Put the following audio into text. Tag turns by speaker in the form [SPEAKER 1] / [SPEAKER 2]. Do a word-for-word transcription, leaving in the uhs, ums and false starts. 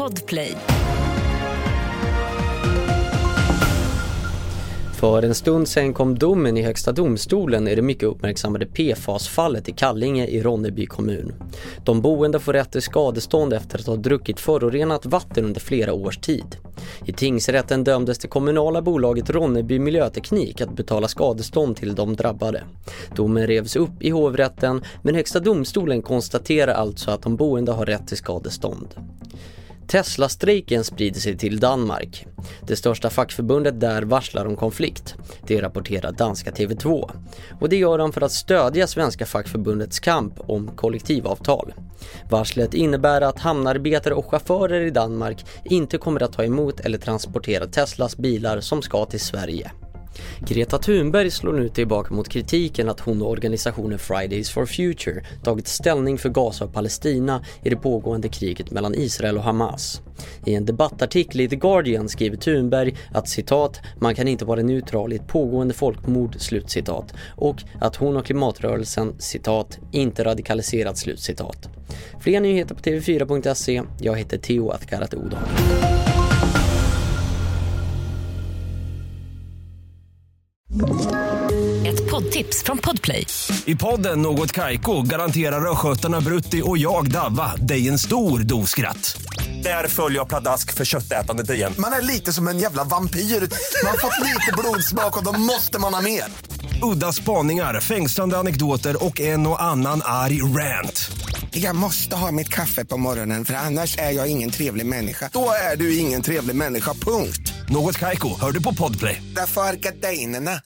[SPEAKER 1] Podplay.
[SPEAKER 2] För en stund sedan kom domen i Högsta domstolen i det mycket uppmärksammade P F A S-fallet i Kallinge i Ronneby kommun. De boende får rätt till skadestånd efter att ha druckit förorenat vatten under flera års tid. I tingsrätten dömdes det kommunala bolaget Ronneby Miljöteknik att betala skadestånd till de drabbade. Domen revs upp i hovrätten, men Högsta domstolen konstaterar alltså att de boende har rätt till skadestånd. Tesla-strejken sprider sig till Danmark. Det största fackförbundet där varslar om konflikt. Det rapporterar danska T V två. Och det gör de för att stödja svenska fackförbundets kamp om kollektivavtal. Varslet innebär att hamnarbetare och chaufförer i Danmark inte kommer att ta emot eller transportera Teslas bilar som ska till Sverige. Greta Thunberg slår nu tillbaka mot kritiken att hon och organisationen Fridays for Future tagit ställning för Gaza och Palestina i det pågående kriget mellan Israel och Hamas. I en debattartikel i The Guardian skriver Thunberg att citat, man kan inte vara neutral i ett pågående folkmord, slutcitat, och att hon och klimatrörelsen citat, inte radikaliserat, slutcitat. Fler nyheter på T V fyra punkt se. Jag heter Theo Atkarat Odal.
[SPEAKER 1] Ett poddtips från Podplay.
[SPEAKER 3] I podden Något Kaiko garanterar röskötarna Brutti och jag Davva dig en stor doskratt. Där följer jag pladask för köttätandet igen.
[SPEAKER 4] Man är lite som en jävla vampyr. Man har fått lite blodsmak och då måste man ha mer.
[SPEAKER 3] Udda spaningar, fängslande anekdoter och en och annan arg rant.
[SPEAKER 4] Jag måste ha mitt kaffe på morgonen för annars är jag ingen trevlig människa. Då är du ingen trevlig människa, punkt.
[SPEAKER 3] Något Kaiko, hör du på Podplay.
[SPEAKER 4] Därför är gardinerna.